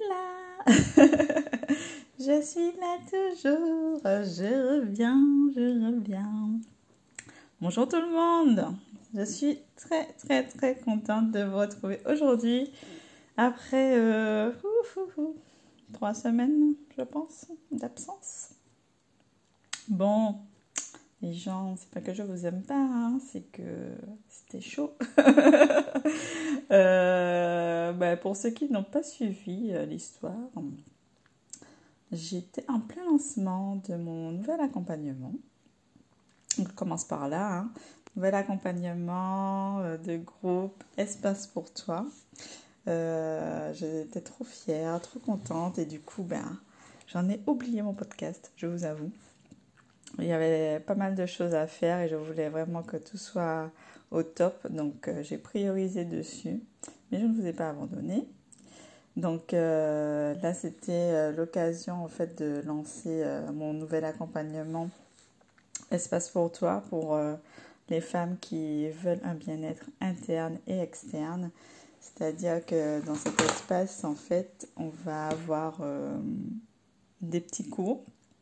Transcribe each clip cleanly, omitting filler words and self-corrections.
là. Je suis là toujours. Je reviens. Bonjour tout le monde. Je suis très contente de vous retrouver aujourd'hui après 3 semaines, je pense, d'absence. Bon, les gens, c'est pas que je vous aime pas, hein, c'est que c'était chaud. Pour ceux qui n'ont pas suivi l'histoire, j'étais en plein lancement de mon nouvel accompagnement. On commence par là, hein. Nouvel accompagnement de groupe Espace pour toi. J'étais trop fière, trop contente et du coup, j'en ai oublié mon podcast, je vous avoue. Il y avait pas mal de choses à faire et je voulais vraiment que tout soit au top. Donc, j'ai priorisé dessus. Mais je ne vous ai pas abandonné. Donc, là, c'était l'occasion, en fait, de lancer mon nouvel accompagnement Espace pour toi pour les femmes qui veulent un bien-être interne et externe. C'est-à-dire que dans cet espace, en fait, on va avoir des petits cours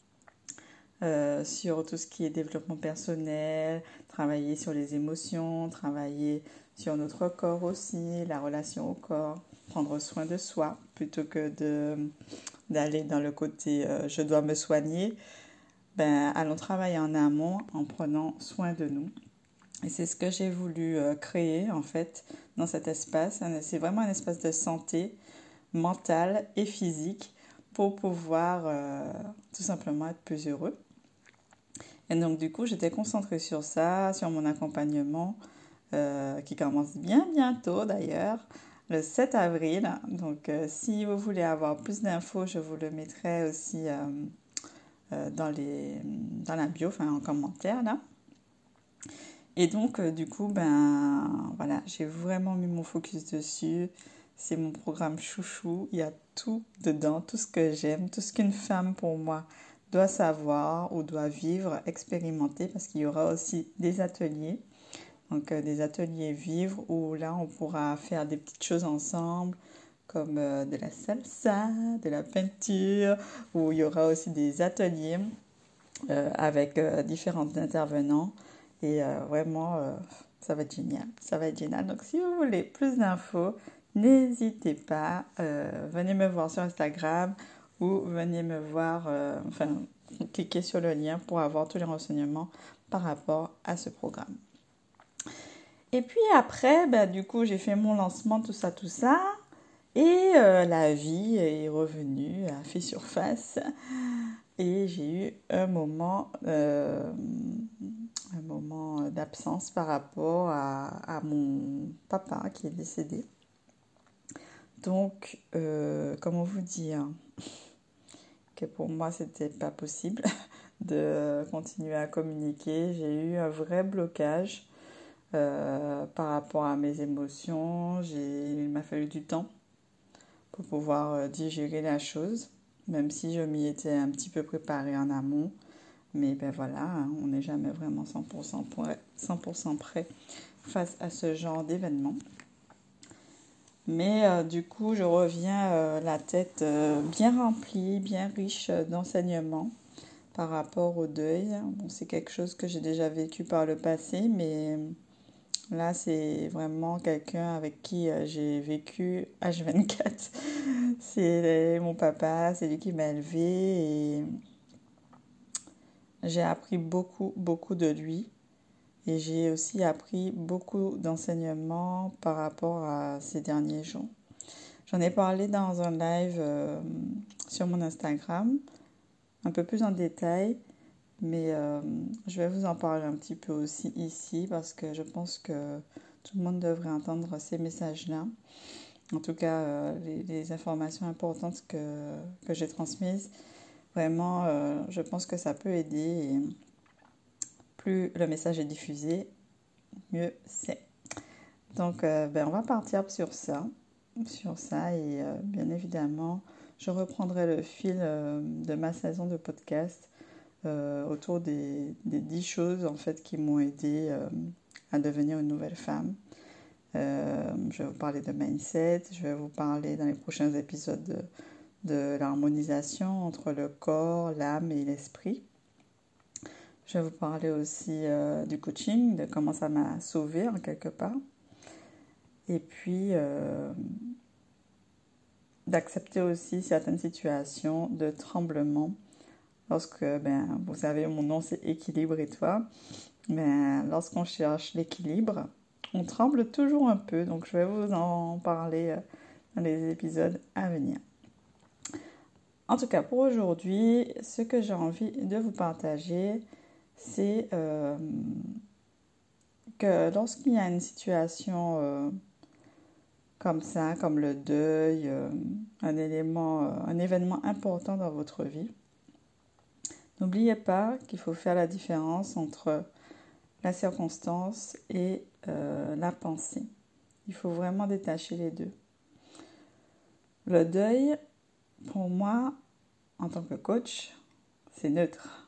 sur tout ce qui est développement personnel, travailler sur les émotions, travailler sur notre corps aussi, la relation au corps, prendre soin de soi plutôt que d'aller dans le côté je dois me soigner. Allons travailler en amont en prenant soin de nous. Et c'est ce que j'ai voulu créer en fait dans cet espace. C'est vraiment un espace de santé mentale et physique pour pouvoir tout simplement être plus heureux. Et donc, du coup, j'étais concentrée sur ça, sur mon accompagnement, qui commence bien bientôt d'ailleurs, le 7 avril. Donc, si vous voulez avoir plus d'infos, je vous le mettrai aussi dans la bio, en commentaire là. Et donc, du coup, voilà, j'ai vraiment mis mon focus dessus. C'est mon programme chouchou. Il y a tout dedans, tout ce que j'aime, tout ce qu'une femme pour moi doit savoir ou doit vivre, expérimenter, parce qu'il y aura aussi des ateliers. Donc, des ateliers vivre où là, on pourra faire des petites choses ensemble, comme de la salsa, de la peinture, où il y aura aussi des ateliers avec différents intervenants. Et vraiment, ça va être génial. Ça va être génial. Donc, si vous voulez plus d'infos, n'hésitez pas. Venez me voir sur Instagram ou venez me voir, cliquez sur le lien pour avoir tous les renseignements par rapport à ce programme. Et puis après, du coup, j'ai fait mon lancement, tout ça. Et la vie est revenue, a fait surface. Et j'ai eu un moment d'absence par rapport à mon papa qui est décédé. Donc, comment vous dire que pour moi, c'était pas possible de continuer à communiquer. J'ai eu un vrai blocage par rapport à mes émotions. Il m'a fallu du temps pour pouvoir digérer la chose, même si je m'y étais un petit peu préparée en amont. Mais voilà, hein, on n'est jamais vraiment 100% prêt face à ce genre d'événement. Mais du coup, je reviens la tête bien remplie, bien riche d'enseignements par rapport au deuil. Bon, c'est quelque chose que j'ai déjà vécu par le passé, mais là, c'est vraiment quelqu'un avec qui j'ai vécu H24. C'est mon papa, c'est lui qui m'a élevée et j'ai appris beaucoup de lui. Et j'ai aussi appris beaucoup d'enseignements par rapport à ces derniers jours. J'en ai parlé dans un live sur mon Instagram, un peu plus en détail, mais je vais vous en parler un petit peu aussi ici parce que je pense que tout le monde devrait entendre ces messages-là. En tout cas, les informations importantes que j'ai transmises, vraiment, je pense que ça peut aider. Et plus le message est diffusé, mieux c'est. Donc, on va partir sur ça et bien évidemment, je reprendrai le fil de ma saison de podcast autour des 10 choses en fait qui m'ont aidé à devenir une nouvelle femme. Je vais vous parler de mindset, je vais vous parler dans les prochains épisodes de l'harmonisation entre le corps, l'âme et l'esprit. Je vais vous parler aussi du coaching, de comment ça m'a sauvée en quelque part. Et puis, d'accepter aussi certaines situations de tremblement. Lorsque, vous savez, mon nom c'est Équilibre et toi. Mais lorsqu'on cherche l'équilibre, on tremble toujours un peu. Donc, je vais vous en parler dans les épisodes à venir. En tout cas, pour aujourd'hui, ce que j'ai envie de vous partager, c'est que lorsqu'il y a une situation comme ça, comme le deuil, un événement important dans votre vie, n'oubliez pas qu'il faut faire la différence entre la circonstance et la pensée. Il faut vraiment détacher les deux. Le deuil, pour moi, en tant que coach, c'est neutre.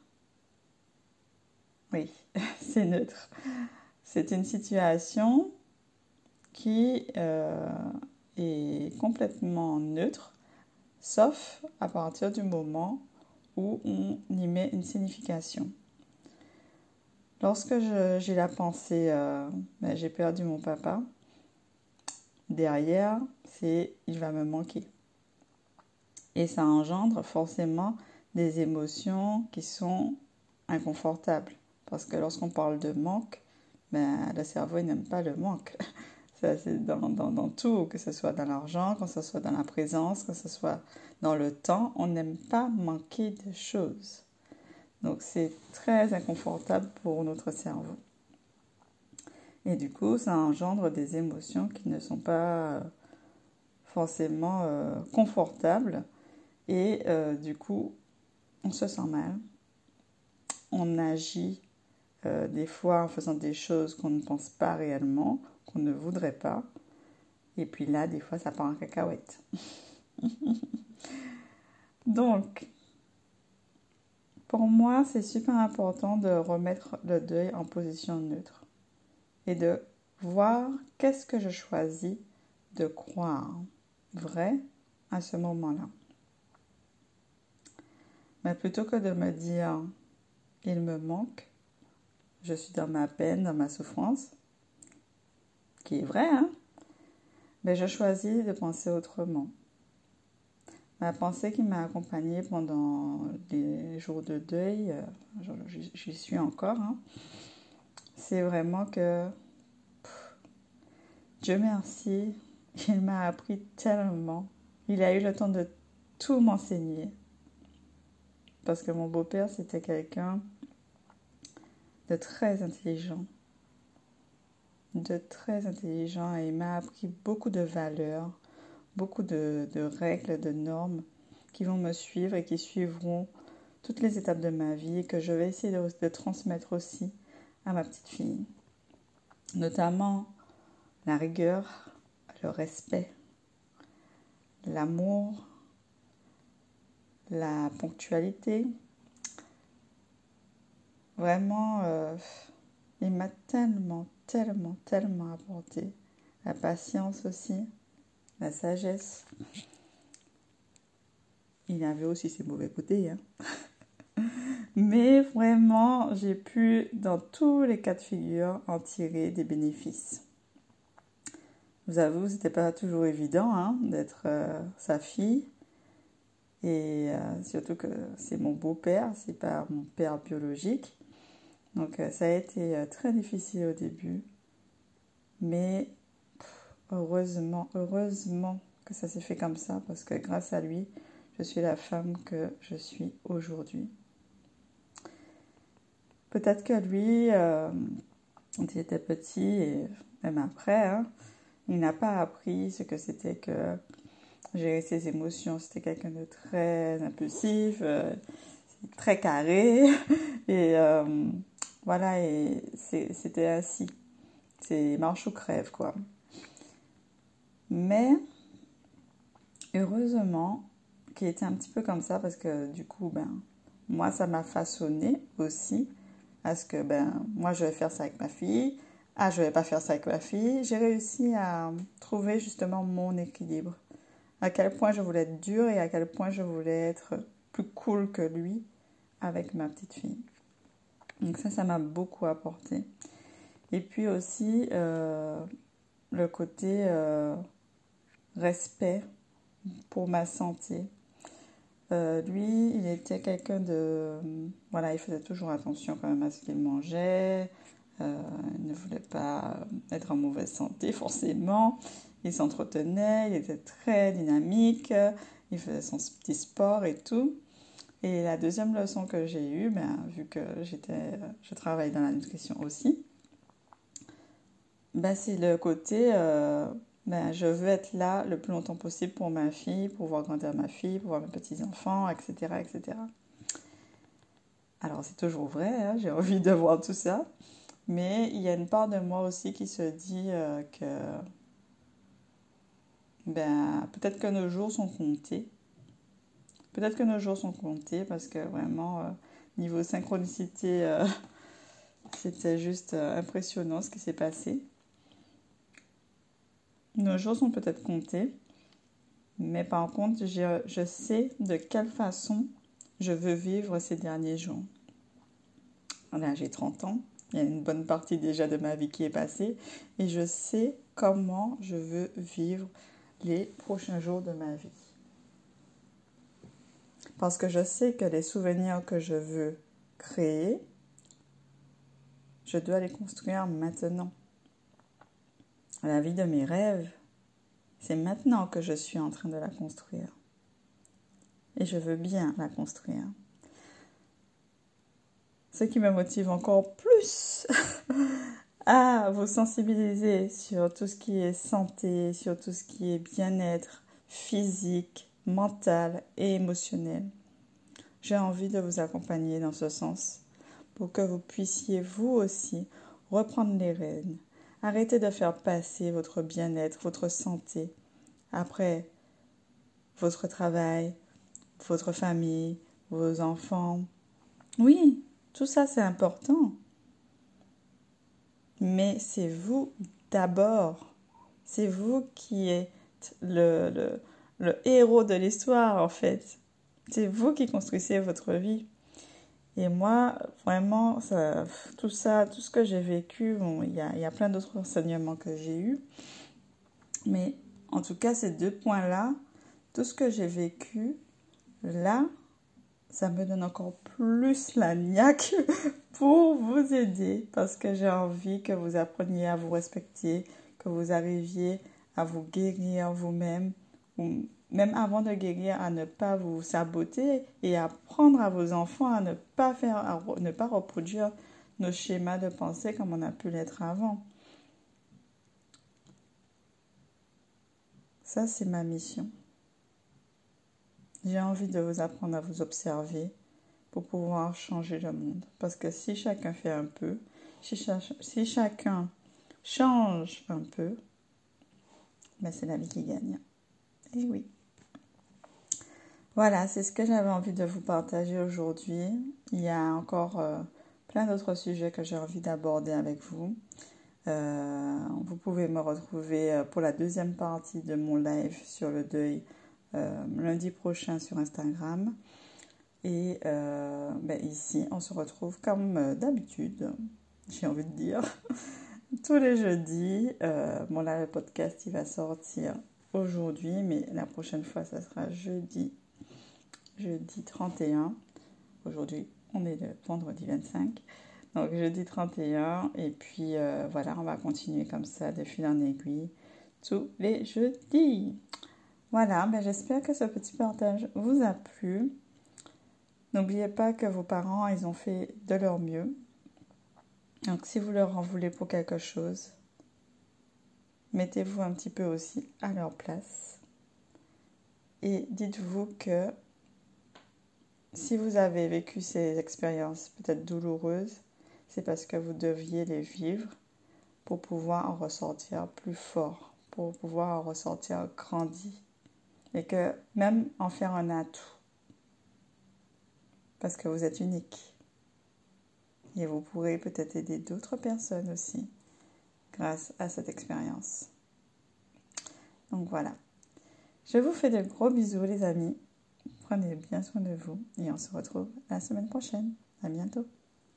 Oui, c'est neutre. C'est une situation qui est complètement neutre, sauf à partir du moment où on y met une signification. Lorsque j'ai la pensée j'ai perdu mon papa, derrière, c'est il va me manquer. Et ça engendre forcément des émotions qui sont inconfortables. Parce que lorsqu'on parle de manque, le cerveau il n'aime pas le manque. Ça, c'est dans tout, que ce soit dans l'argent, que ce soit dans la présence, que ce soit dans le temps. On n'aime pas manquer de choses. Donc, c'est très inconfortable pour notre cerveau. Et du coup, ça engendre des émotions qui ne sont pas forcément confortables. Et du coup, on se sent mal. On agit des fois en faisant des choses qu'on ne pense pas réellement, qu'on ne voudrait pas. Et puis là, des fois, ça part en cacahuète. Donc, pour moi, c'est super important de remettre le deuil en position neutre et de voir qu'est-ce que je choisis de croire vrai à ce moment-là. Mais plutôt que de me dire « il me manque », je suis dans ma peine, dans ma souffrance, qui est vrai, hein? Mais je choisis de penser autrement. Ma pensée qui m'a accompagnée pendant les jours de deuil, j'y suis encore, hein, c'est vraiment que Dieu merci, il m'a appris tellement. Il a eu le temps de tout m'enseigner. Parce que mon beau-père, c'était quelqu'un de très intelligent. Et il m'a appris beaucoup de valeurs, beaucoup de règles, de normes qui vont me suivre et qui suivront toutes les étapes de ma vie et que je vais essayer de transmettre aussi à ma petite fille. Notamment la rigueur, le respect, l'amour, la ponctualité. Vraiment, il m'a tellement apporté. La patience aussi, la sagesse. Il avait aussi ses mauvais côtés, hein. Mais vraiment, j'ai pu, dans tous les cas de figure, en tirer des bénéfices. Vous avouez, c'était pas toujours évident hein, d'être sa fille. Et surtout que c'est mon beau-père, c'est pas mon père biologique. Donc ça a été très difficile au début. Mais heureusement que ça s'est fait comme ça. Parce que grâce à lui, je suis la femme que je suis aujourd'hui. Peut-être que lui, quand il était petit, et même après, hein, il n'a pas appris ce que c'était que gérer ses émotions. C'était quelqu'un de très impulsif, très carré. Et voilà, et c'était ainsi. C'est marche ou crève, quoi. Mais, heureusement, qu'il était un petit peu comme ça, parce que du coup, moi, ça m'a façonné aussi à ce que, moi, je vais faire ça avec ma fille. ah, je vais pas faire ça avec ma fille. J'ai réussi à trouver justement mon équilibre. À quel point je voulais être dure et à quel point je voulais être plus cool que lui avec ma petite fille. Donc ça m'a beaucoup apporté. Et puis aussi le côté respect pour ma santé. Lui, il était quelqu'un de... Voilà, il faisait toujours attention quand même à ce qu'il mangeait. Il ne voulait pas être en mauvaise santé forcément. Il s'entretenait, il était très dynamique. Il faisait son petit sport et tout. Et la deuxième leçon que j'ai eue, vu que je travaille dans la nutrition aussi, c'est le côté, je veux être là le plus longtemps possible pour ma fille, pour voir grandir ma fille, pour voir mes petits-enfants, etc., etc. Alors c'est toujours vrai, hein, j'ai envie de voir tout ça, mais il y a une part de moi aussi qui se dit que peut-être que nos jours sont comptés. Peut-être que nos jours sont comptés parce que vraiment, niveau synchronicité, c'était juste impressionnant ce qui s'est passé. Nos jours sont peut-être comptés, mais par contre, je sais de quelle façon je veux vivre ces derniers jours. Là, j'ai 30 ans, il y a une bonne partie déjà de ma vie qui est passée, et je sais comment je veux vivre les prochains jours de ma vie. Parce que je sais que les souvenirs que je veux créer, je dois les construire maintenant. La vie de mes rêves, c'est maintenant que je suis en train de la construire. Et je veux bien la construire. Ce qui me motive encore plus à vous sensibiliser sur tout ce qui est santé, sur tout ce qui est bien-être physique, mental et émotionnel. J'ai envie de vous accompagner dans ce sens pour que vous puissiez vous aussi reprendre les rênes. Arrêtez de faire passer votre bien-être, votre santé après votre travail, votre famille, vos enfants. Oui, tout ça c'est important. Mais c'est vous d'abord. C'est vous qui êtes le héros de l'histoire en fait. C'est vous qui construisez votre vie. Et moi, vraiment, tout ce que j'ai vécu, il y a plein d'autres enseignements que j'ai eus. Mais en tout cas, ces deux points-là, tout ce que j'ai vécu, là, ça me donne encore plus la niaque pour vous aider. Parce que j'ai envie que vous appreniez à vous respecter, que vous arriviez à vous guérir vous-même, ou même avant de guérir, à ne pas vous saboter et apprendre à vos enfants à ne pas reproduire nos schémas de pensée comme on a pu l'être avant. Ça, c'est ma mission. J'ai envie de vous apprendre à vous observer pour pouvoir changer le monde. Parce que si chacun fait un peu, si chacun change un peu, c'est la vie qui gagne. Et oui. Voilà, c'est ce que j'avais envie de vous partager aujourd'hui. Il y a encore plein d'autres sujets que j'ai envie d'aborder avec vous. Vous pouvez me retrouver pour la deuxième partie de mon live sur le deuil lundi prochain sur Instagram. Et ici, on se retrouve comme d'habitude, j'ai envie de dire, tous les jeudis. Là, le podcast, il va sortir aujourd'hui, mais la prochaine fois, ça sera jeudi 31. Aujourd'hui, on est le vendredi 25. Donc, jeudi 31. Et puis, on va continuer comme ça, de fil en aiguille, tous les jeudis. Voilà, j'espère que ce petit partage vous a plu. N'oubliez pas que vos parents, ils ont fait de leur mieux. Donc, si vous leur en voulez pour quelque chose, mettez-vous un petit peu aussi à leur place. Et dites-vous que si vous avez vécu ces expériences peut-être douloureuses, c'est parce que vous deviez les vivre pour pouvoir en ressortir plus fort, pour pouvoir en ressortir grandi. Et que même en faire un atout. Parce que vous êtes unique. Et vous pourrez peut-être aider d'autres personnes aussi grâce à cette expérience. Donc voilà. Je vous fais de gros bisous les amis. Prenez bien soin de vous et on se retrouve la semaine prochaine. À bientôt.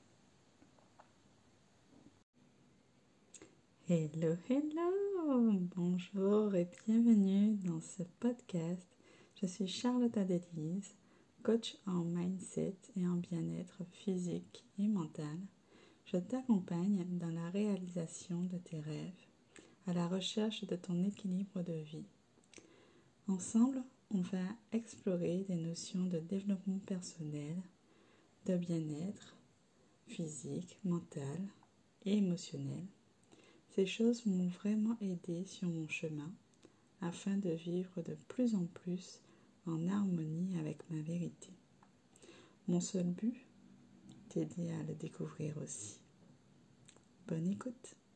Hello, hello! Bonjour et bienvenue dans ce podcast. Je suis Charlotte Adélise, coach en mindset et en bien-être physique et mental. Je t'accompagne dans la réalisation de tes rêves, à la recherche de ton équilibre de vie. Ensemble, on va explorer des notions de développement personnel, de bien-être physique, mental et émotionnel. Ces choses m'ont vraiment aidé sur mon chemin afin de vivre de plus en plus en harmonie avec ma vérité. Mon seul but, t'aider à le découvrir aussi. Bonne écoute!